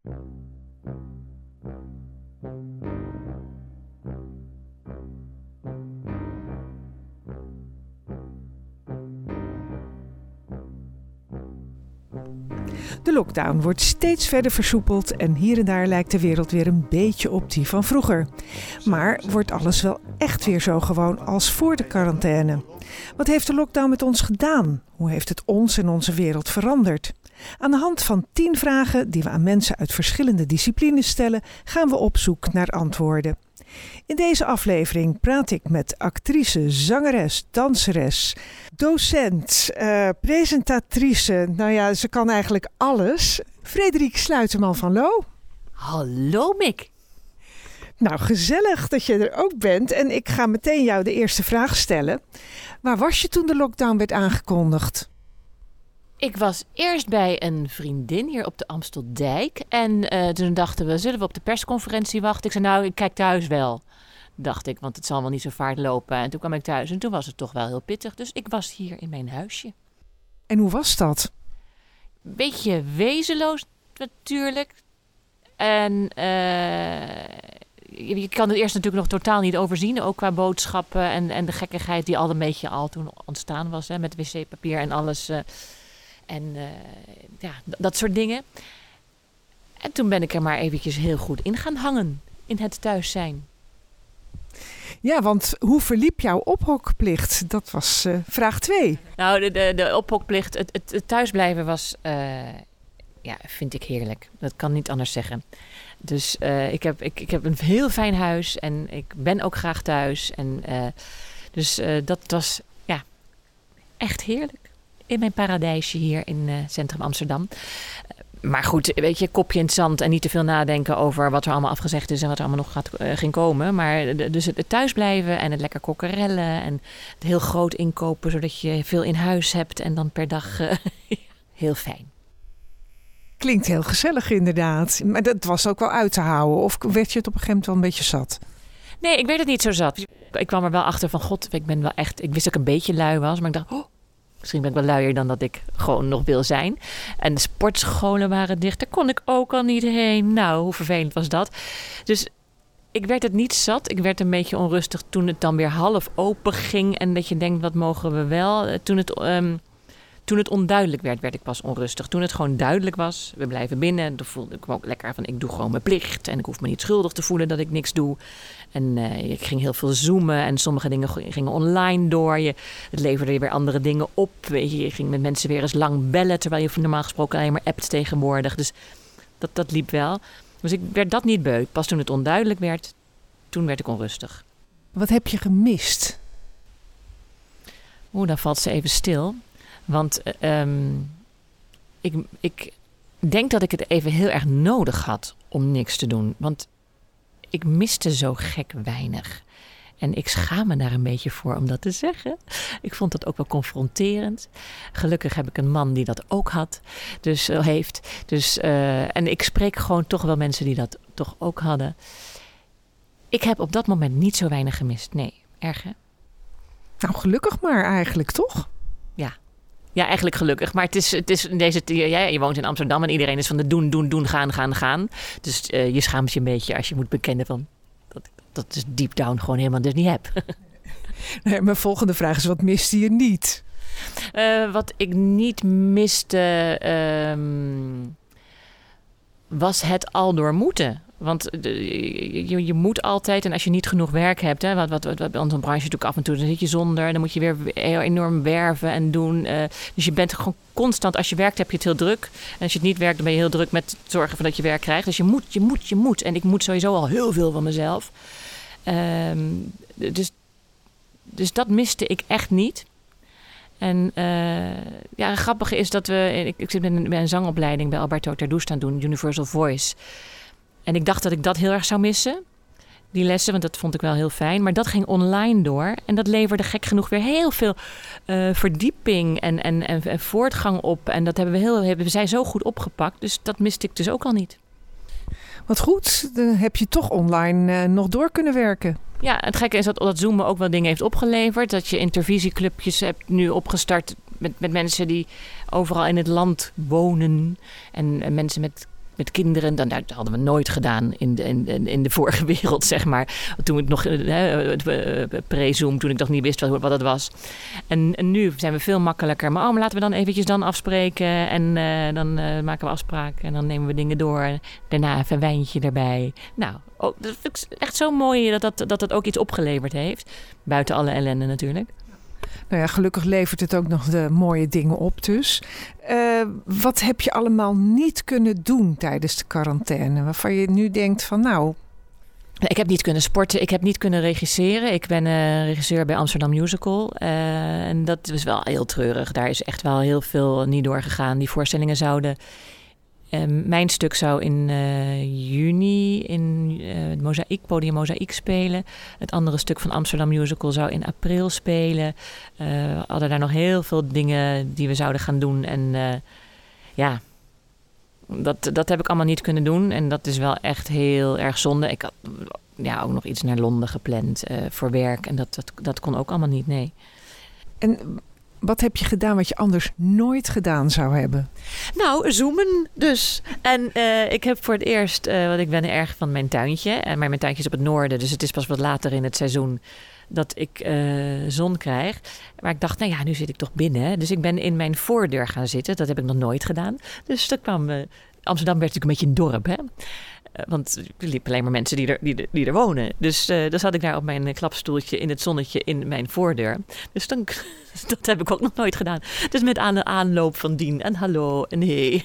De lockdown wordt steeds verder versoepeld en hier en daar lijkt de wereld weer een beetje op die van vroeger. Maar wordt alles wel echt weer zo gewoon als voor de quarantaine? Wat heeft de lockdown met ons gedaan? Hoe heeft het ons en onze wereld veranderd? Aan de hand van 10 vragen die we aan mensen uit verschillende disciplines stellen, gaan we op zoek naar antwoorden. In deze aflevering praat ik met actrice, zangeres, danseres, docent, presentatrice. Nou ja, ze kan eigenlijk alles. Frederiek Sluiterman van Loo. Hallo Mick. Nou, gezellig dat je er ook bent. En ik ga meteen jou de eerste vraag stellen. Waar was je toen de lockdown werd aangekondigd? Ik was eerst bij een vriendin hier op de Amsteldijk. En toen dachten we, zullen we op de persconferentie wachten? Ik zei, nou, ik kijk thuis wel. Dacht ik, want het zal wel niet zo vaart lopen. En toen kwam ik thuis en toen was het toch wel heel pittig. Dus ik was hier in mijn huisje. En hoe was dat? Beetje wezenloos natuurlijk. En je kan het eerst natuurlijk nog totaal niet overzien. Ook qua boodschappen en de gekkigheid die al een beetje al toen ontstaan was. Hè, met wc-papier en alles. Dat soort dingen. En toen ben ik er maar eventjes heel goed in gaan hangen. In het thuis zijn. Ja, want hoe verliep jouw ophokplicht? Dat was vraag 2. Nou, de ophokplicht, het thuisblijven was, vind ik heerlijk. Dat kan niet anders zeggen. Dus ik heb een heel fijn huis en ik ben ook graag thuis. En dat was echt heerlijk. In mijn paradijsje hier in centrum Amsterdam. Maar goed, weet je, kopje in het zand en niet te veel nadenken over wat er allemaal afgezegd is en wat er allemaal nog ging komen. Maar dus het thuisblijven en het lekker kokkerellen en het heel groot inkopen zodat je veel in huis hebt en dan per dag heel fijn. Klinkt heel gezellig inderdaad. Maar dat was ook wel uit te houden. Of werd je het op een gegeven moment wel een beetje zat? Nee, ik werd het niet zo zat. Ik kwam er wel achter van, god, ik ben wel echt. Ik wist dat ik een beetje lui was, maar ik dacht, misschien ben ik wel luier dan dat ik gewoon nog wil zijn. En de sportscholen waren dicht. Daar kon ik ook al niet heen. Nou, hoe vervelend was dat? Dus ik werd het niet zat. Ik werd een beetje onrustig toen het dan weer half open ging. En dat je denkt, wat mogen we wel? Toen het onduidelijk werd ik pas onrustig. Toen het gewoon duidelijk was, we blijven binnen. Dan voelde ik me ook lekker van, ik doe gewoon mijn plicht. En ik hoef me niet schuldig te voelen dat ik niks doe. En ik ging heel veel zoomen en sommige dingen gingen online door. Het leverde je weer andere dingen op. Weet je ging met mensen weer eens lang bellen, terwijl je normaal gesproken alleen maar appt tegenwoordig. Dus dat liep wel. Dus ik werd dat niet beu. Pas toen het onduidelijk werd, toen werd ik onrustig. Wat heb je gemist? Dan valt ze even stil. Want ik denk dat ik het even heel erg nodig had om niks te doen. Want ik miste zo gek weinig. En ik schaam me daar een beetje voor om dat te zeggen. Ik vond dat ook wel confronterend. Gelukkig heb ik een man die dat ook had. En ik spreek gewoon toch wel mensen die dat toch ook hadden. Ik heb op dat moment niet zo weinig gemist. Nee, erg hè? Nou, gelukkig maar eigenlijk, toch? Ja, eigenlijk gelukkig. Maar het is in deze. Je woont in Amsterdam en iedereen is van de doen, gaan. Dus je schaamt je een beetje als je moet bekennen van dat is deep down gewoon helemaal dus niet heb. Nee, mijn volgende vraag is, wat miste je niet? Wat ik niet miste was het al door moeten. Want je moet altijd, en als je niet genoeg werk hebt, hè, wat bij onze branche natuurlijk af en toe, dan zit je zonder, dan moet je weer enorm werven en doen. Dus je bent gewoon constant, als je werkt heb je het heel druk. En als je het niet werkt, dan ben je heel druk met zorgen voor dat je werk krijgt. Dus je moet. En ik moet sowieso al heel veel van mezelf. Dus dat miste ik echt niet. En het grappige is dat ik zit bij een zangopleiding bij Alberto Terdoest aan doen, Universal Voice. En ik dacht dat ik dat heel erg zou missen, die lessen, want dat vond ik wel heel fijn. Maar dat ging online door en dat leverde gek genoeg weer heel veel verdieping en voortgang op. En dat hebben zij zo goed opgepakt, dus dat miste ik dus ook al niet. Wat goed, dan heb je toch online nog door kunnen werken. Ja, het gekke is dat Zoom me ook wel dingen heeft opgeleverd. Dat je intervisieclubjes hebt nu opgestart met mensen die overal in het land wonen. En mensen met met kinderen. Dat hadden we nooit gedaan in de vorige wereld, zeg maar. Toen ik nog pre-Zoom, toen ik nog niet wist wat het was. En nu zijn we veel makkelijker. Maar laten we dan eventjes afspreken. En dan maken we afspraken. En dan nemen we dingen door. Daarna even een wijntje erbij. Nou, dat vind ik echt zo mooi dat ook iets opgeleverd heeft. Buiten alle ellende natuurlijk. Nou ja, gelukkig levert het ook nog de mooie dingen op dus. Wat heb je allemaal niet kunnen doen tijdens de quarantaine? Waarvan je nu denkt van nou... Ik heb niet kunnen sporten, ik heb niet kunnen regisseren. Ik ben regisseur bij Amsterdam Musical. En dat was wel heel treurig. Daar is echt wel heel veel niet doorgegaan. Die voorstellingen zouden... mijn stuk zou in juni in het Podium Mozaïek spelen. Het andere stuk van Amsterdam Musical zou in april spelen. We hadden daar nog heel veel dingen die we zouden gaan doen. En dat heb ik allemaal niet kunnen doen. En dat is wel echt heel erg zonde. Ik had ook nog iets naar Londen gepland voor werk. En dat kon ook allemaal niet, nee. En... wat heb je gedaan wat je anders nooit gedaan zou hebben? Nou, zoomen dus. En ik heb voor het eerst, want ik ben erg van mijn tuintje. Maar mijn tuintje is op het noorden, dus het is pas wat later in het seizoen dat ik zon krijg. Maar ik dacht, nu zit ik toch binnen. Dus ik ben in mijn voordeur gaan zitten. Dat heb ik nog nooit gedaan. Dus dat kwam... Amsterdam werd natuurlijk een beetje een dorp, hè. Want er liepen alleen maar mensen die er wonen. Dus dan zat ik daar op mijn klapstoeltje in het zonnetje in mijn voordeur. Dus dat heb ik ook nog nooit gedaan. Dus met aan de aanloop van dien en hallo en hey.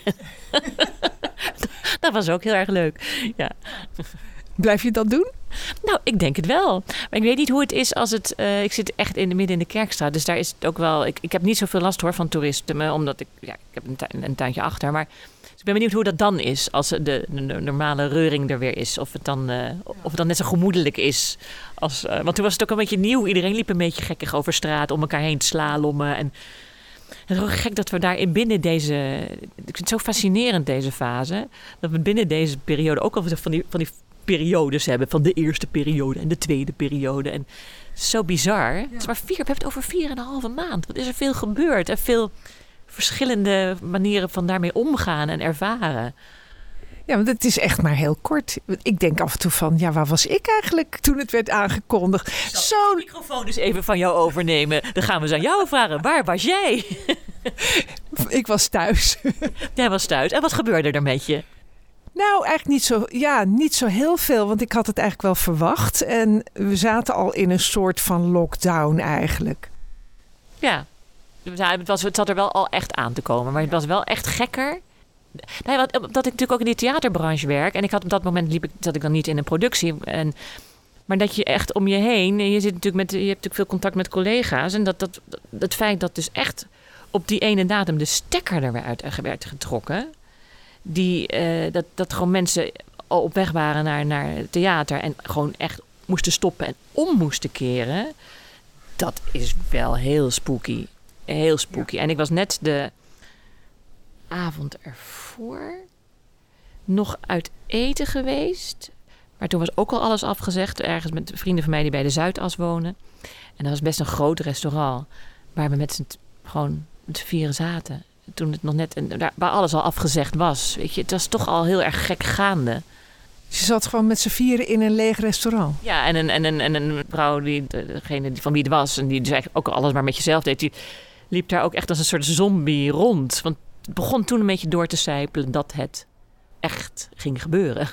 Dat was ook heel erg leuk, ja. Blijf je dat doen? Nou, ik denk het wel. Maar ik weet niet hoe het is als het... ik zit echt midden in de Kerkstraat. Dus daar is het ook wel... Ik heb niet zoveel last hoor van toeristen. Omdat ik heb een tuintje achter. Maar ik ben benieuwd hoe dat dan is. Als de normale reuring er weer is. Of het dan net zo gemoedelijk is. Want toen was het ook een beetje nieuw. Iedereen liep een beetje gekkig over straat. Om elkaar heen te slalommen. En het is ook gek dat we daarin binnen deze... Ik vind het zo fascinerend deze fase. Dat we binnen deze periode ook al van die periodes hebben. Van de eerste periode en de tweede periode. En zo bizar. Ja. Het is maar we hebben het over 4,5 maand. Wat is er veel gebeurd. En veel verschillende manieren van daarmee omgaan en ervaren. Ja, want het is echt maar heel kort. Ik denk af en toe van, waar was ik eigenlijk toen het werd aangekondigd? Zo'n microfoon dus even van jou overnemen. Dan gaan we eens aan jou vragen. Waar was jij? Ik was thuis. Jij was thuis. En wat gebeurde er met je? Nou, eigenlijk niet zo heel veel. Want ik had het eigenlijk wel verwacht. En we zaten al in een soort van lockdown eigenlijk. Ja, het zat er wel al echt aan te komen. Maar het was wel echt gekker. Nee, dat ik natuurlijk ook in die theaterbranche werk. En ik had op dat moment zat ik dan niet in een productie. Maar dat je echt om je heen... En je hebt natuurlijk veel contact met collega's. En het feit dat dus echt op die ene datum de stekker er weer uit werd getrokken... Dat gewoon mensen al op weg waren naar theater en gewoon echt moesten stoppen en om moesten keren. Dat is wel heel spooky. Heel spooky. Ja. En ik was net de avond ervoor nog uit eten geweest. Maar toen was ook al alles afgezegd. Ergens met vrienden van mij die bij de Zuidas wonen. En dat was best een groot restaurant. Waar we met z'n vieren zaten. Toen het nog net... waar alles al afgezegd was. Weet je, het was toch al heel erg gek gaande. Je zat gewoon met z'n vieren in een leeg restaurant. Ja, en een vrouw, degene van wie het was... en die dus eigenlijk ook alles maar met jezelf deed... die liep daar ook echt als een soort zombie rond. Want het begon toen een beetje door te sijpelen... dat het echt ging gebeuren.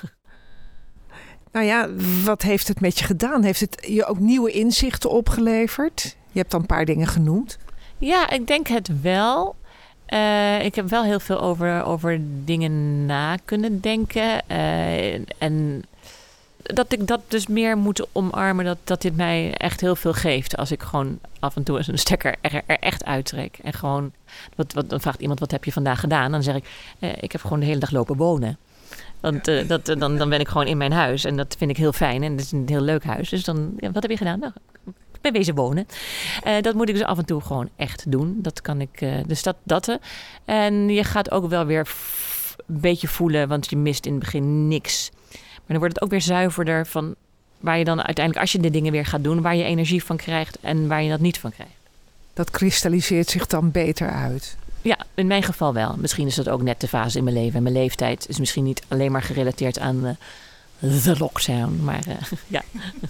Nou ja, wat heeft het met je gedaan? Heeft het je ook nieuwe inzichten opgeleverd? Je hebt al een paar dingen genoemd. Ja, ik denk het wel... ik heb wel heel veel over dingen na kunnen denken. En dat ik dat dus meer moet omarmen. Dat dit mij echt heel veel geeft. Als ik gewoon af en toe eens een stekker er echt uittrek. En gewoon, dan vraagt iemand, wat heb je vandaag gedaan? Dan zeg ik, ik heb gewoon de hele dag lopen wonen. Want dan ben ik gewoon in mijn huis. En dat vind ik heel fijn. En het is een heel leuk huis. Dus dan, wat heb je gedaan? Nou, ik ben wezen wonen. Dat moet ik dus af en toe gewoon echt doen. Dat kan ik. Dus dat. En je gaat ook wel weer een beetje voelen. Want je mist in het begin niks. Maar dan wordt het ook weer zuiverder van waar je dan uiteindelijk, als je de dingen weer gaat doen, waar je energie van krijgt en waar je dat niet van krijgt. Dat kristalliseert zich dan beter uit. Ja, in mijn geval wel. Misschien is dat ook net de fase in mijn leven. En mijn leeftijd is misschien niet alleen maar gerelateerd aan de lockdown. Maar ja.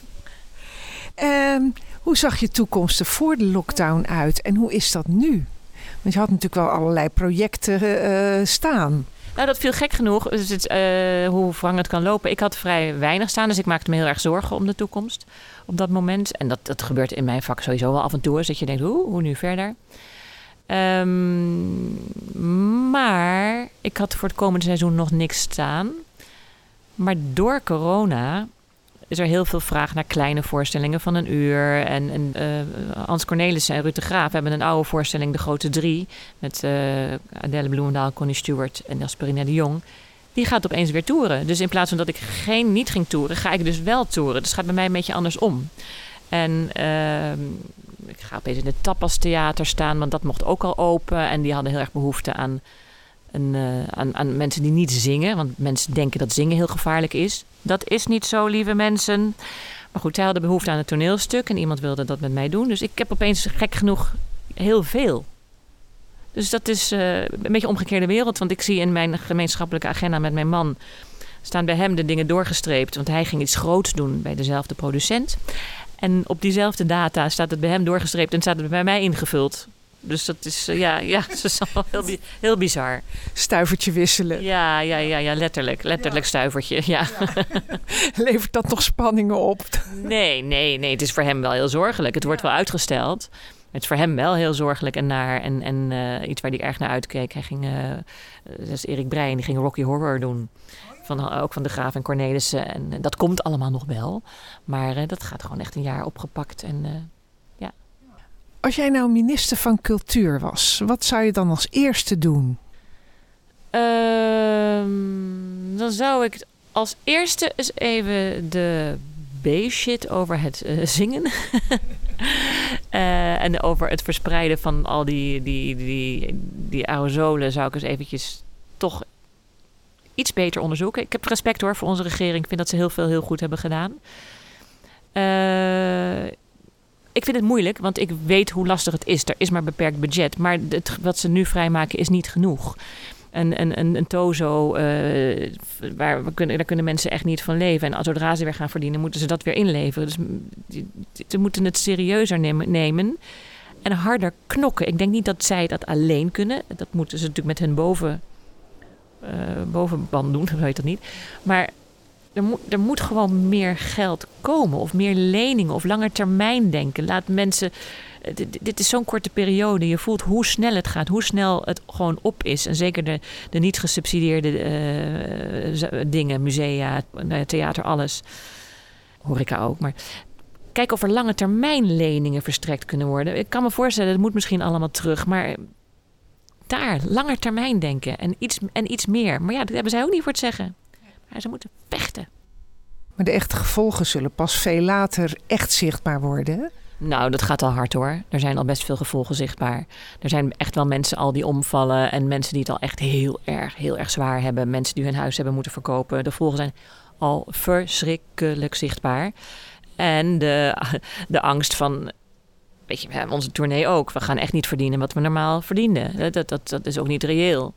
Hoe zag je toekomst er voor de lockdown uit? En hoe is dat nu? Want je had natuurlijk wel allerlei projecten staan. Nou, dat viel gek genoeg. Dus hoe wrang het kan lopen. Ik had vrij weinig staan, dus ik maakte me heel erg zorgen om de toekomst op dat moment. En dat gebeurt in mijn vak sowieso wel af en toe. Dus dat je denkt, hoe nu verder? Maar ik had voor het komende seizoen nog niks staan. Maar door corona is er heel veel vraag naar kleine voorstellingen van 1 uur. En Hans Cornelissen en Ruud de Graaf hebben een oude voorstelling, De Grote Drie, met Adèle Bloemendaal, Connie Stewart en Jasperina de Jong. Die gaat opeens weer toeren. Dus in plaats van dat ik niet ging toeren, ga ik dus wel toeren. Dus het gaat bij mij een beetje andersom. En ik ga opeens in het Tapas Theater staan, want dat mocht ook al open. En die hadden heel erg behoefte aan mensen die niet zingen. Want mensen denken dat zingen heel gevaarlijk is. Dat is niet zo, lieve mensen. Maar goed, zij hadden behoefte aan een toneelstuk. En iemand wilde dat met mij doen. Dus ik heb opeens gek genoeg heel veel. Dus dat is een beetje een omgekeerde wereld. Want ik zie in mijn gemeenschappelijke agenda met mijn man staan bij hem de dingen doorgestreept. Want hij ging iets groots doen bij dezelfde producent. En op diezelfde data staat het bij hem doorgestreept en staat het bij mij ingevuld. Dus dat is, dat is al heel bizar. Stuivertje wisselen. Ja, letterlijk stuivertje, ja. Levert dat nog spanningen op? Nee, het is voor hem wel heel zorgelijk. Het wordt wel uitgesteld. Het is voor hem wel heel zorgelijk en naar. En iets waar hij erg naar uitkeek. Hij ging, dat is Erik Breij, die ging Rocky Horror doen. Ook van de Graaf en Cornelissen. En dat komt allemaal nog wel. Maar dat gaat gewoon echt een jaar opgepakt. En ja. Als jij nou minister van Cultuur was, wat zou je dan als eerste doen? Dan zou ik als eerste eens even de B-shit over het zingen. En over het verspreiden van al die aerosolen zou ik eens eventjes toch iets beter onderzoeken. Ik heb respect hoor voor onze regering. Ik vind dat ze heel goed hebben gedaan. Ik vind het moeilijk, want ik weet hoe lastig het is. Er is maar beperkt budget. Maar wat ze nu vrijmaken is niet genoeg. Een tozo, daar kunnen mensen echt niet van leven. En zodra ze weer gaan verdienen, moeten ze dat weer inleveren. Dus ze moeten het serieuzer nemen en harder knokken. Ik denk niet dat zij dat alleen kunnen. Dat moeten ze natuurlijk met hun bovenband doen, dat weet dat niet. Maar er moet gewoon meer geld komen. Of meer leningen of langer termijn denken. Laat mensen. Dit is zo'n korte periode. Je voelt hoe snel het gaat. Hoe snel het gewoon op is. En zeker de niet gesubsidieerde dingen. Musea, theater, alles. Horeca ook. Maar kijk of er lange termijn leningen verstrekt kunnen worden. Ik kan me voorstellen, het moet misschien allemaal terug. Maar daar, langer termijn denken. En iets meer. Maar ja, dat hebben zij ook niet voor het zeggen. Maar ze moeten vechten. Maar de echte gevolgen zullen pas veel later echt zichtbaar worden. Nou, dat gaat al hard hoor. Er zijn al best veel gevolgen zichtbaar. Er zijn echt wel mensen al die omvallen. En mensen die het al echt heel erg zwaar hebben. Mensen die hun huis hebben moeten verkopen. De gevolgen zijn al verschrikkelijk zichtbaar. En de angst van, weet je, onze tournee ook. We gaan echt niet verdienen wat we normaal verdienden. Dat is ook niet reëel.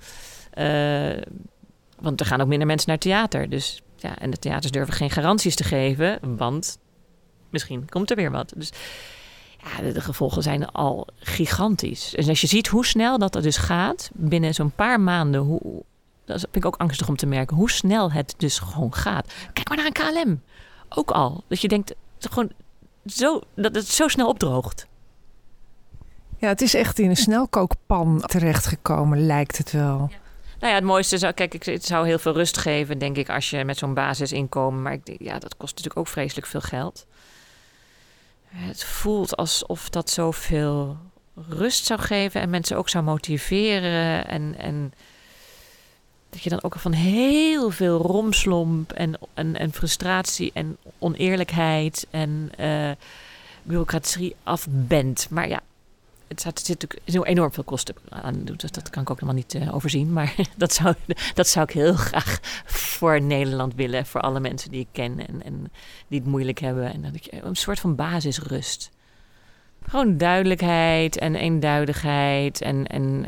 Want er gaan ook minder mensen naar theater. Dus ja, en de theaters durven geen garanties te geven. Want misschien komt er weer wat. Dus ja, de gevolgen zijn al gigantisch. En als je ziet hoe snel dat dus gaat, binnen zo'n paar maanden, dat vind ik ook angstig om te merken, hoe snel het dus gewoon gaat. Kijk maar naar een KLM. Ook al. Dat je denkt, gewoon dat het zo snel opdroogt. Ja, het is echt in een snelkookpan terechtgekomen, lijkt het wel. Ja. Nou ja, het mooiste zou, het zou heel veel rust geven, denk ik, als je met zo'n basisinkomen. Maar dat kost natuurlijk ook vreselijk veel geld. Het voelt alsof dat zoveel rust zou geven en mensen ook zou motiveren. En dat je dan ook van heel veel romslomp en frustratie en oneerlijkheid en bureaucratie af bent. Maar ja, er zit natuurlijk enorm veel kosten aan. Dus dat kan ik ook helemaal niet overzien. Maar dat zou ik heel graag voor Nederland willen. Voor alle mensen die ik ken en die het moeilijk hebben. En dat ik een soort van basisrust. Gewoon duidelijkheid en eenduidigheid. En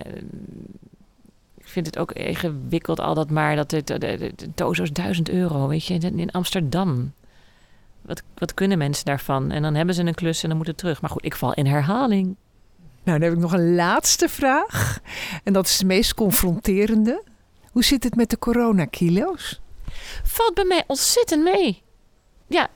ik vind het ook ingewikkeld al dat maar dat de tozo is €1000, weet je, in Amsterdam. Wat kunnen mensen daarvan? En dan hebben ze een klus en dan moet het terug. Maar goed, ik val in herhaling. Nou, dan heb ik nog een laatste vraag. En dat is de meest confronterende. Hoe zit het met de coronakilo's? Valt bij mij ontzettend mee. Ja,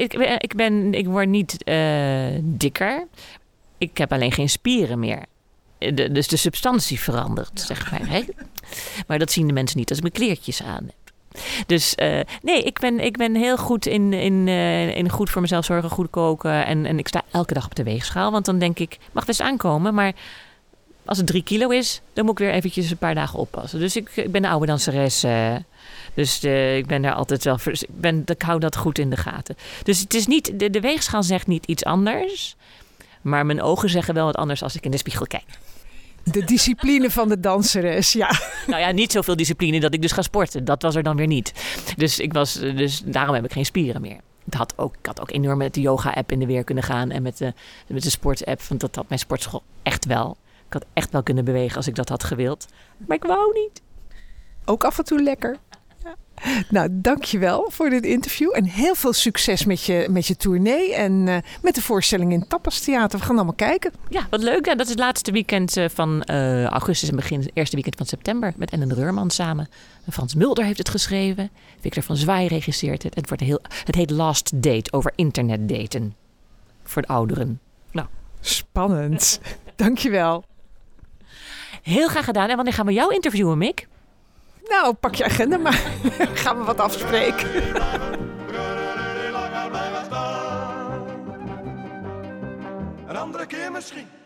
ik word niet dikker. Ik heb alleen geen spieren meer. Dus de substantie verandert, zeg maar. Hè? Maar dat zien de mensen niet als ik mijn kleertjes aan heb. Dus nee, ik ben heel goed in goed voor mezelf zorgen, goed koken. En ik sta elke dag op de weegschaal. Want dan denk ik, mag best aankomen. Maar als het 3 kilo is, dan moet ik weer eventjes een paar dagen oppassen. Dus ik ben een oude danseres. Dus ik ben daar altijd wel... Ik hou dat goed in de gaten. Dus het is niet... De weegschaal zegt niet iets anders. Maar mijn ogen zeggen wel wat anders als ik in de spiegel kijk. De discipline van de danseres, ja. Nou ja, niet zoveel discipline dat ik dus ga sporten. Dat was er dan weer niet. Dus daarom heb ik geen spieren meer. Ik had ook enorm met de yoga-app in de weer kunnen gaan. En met de sports-app. Want dat had mijn sportschool echt wel. Ik had echt wel kunnen bewegen als ik dat had gewild. Maar ik wou niet. Ook af en toe lekker. Ja. Nou, dankjewel voor dit interview. En heel veel succes met je tournee. En met de voorstelling in het Tapas Theater. We gaan allemaal kijken. Ja, wat leuk. Ja, dat is het laatste weekend van augustus en begin het eerste weekend van september. Met Ellen Reurman samen. Frans Mulder heeft het geschreven. Victor van Zwaai regisseert het. Het heet Last Date, over internetdaten. Voor de ouderen. Nou. Spannend. Dankjewel. Heel graag gedaan. En wanneer gaan we jou interviewen, Mick? Nou, pak je agenda maar. Gaan we wat afspreken. Een andere keer misschien.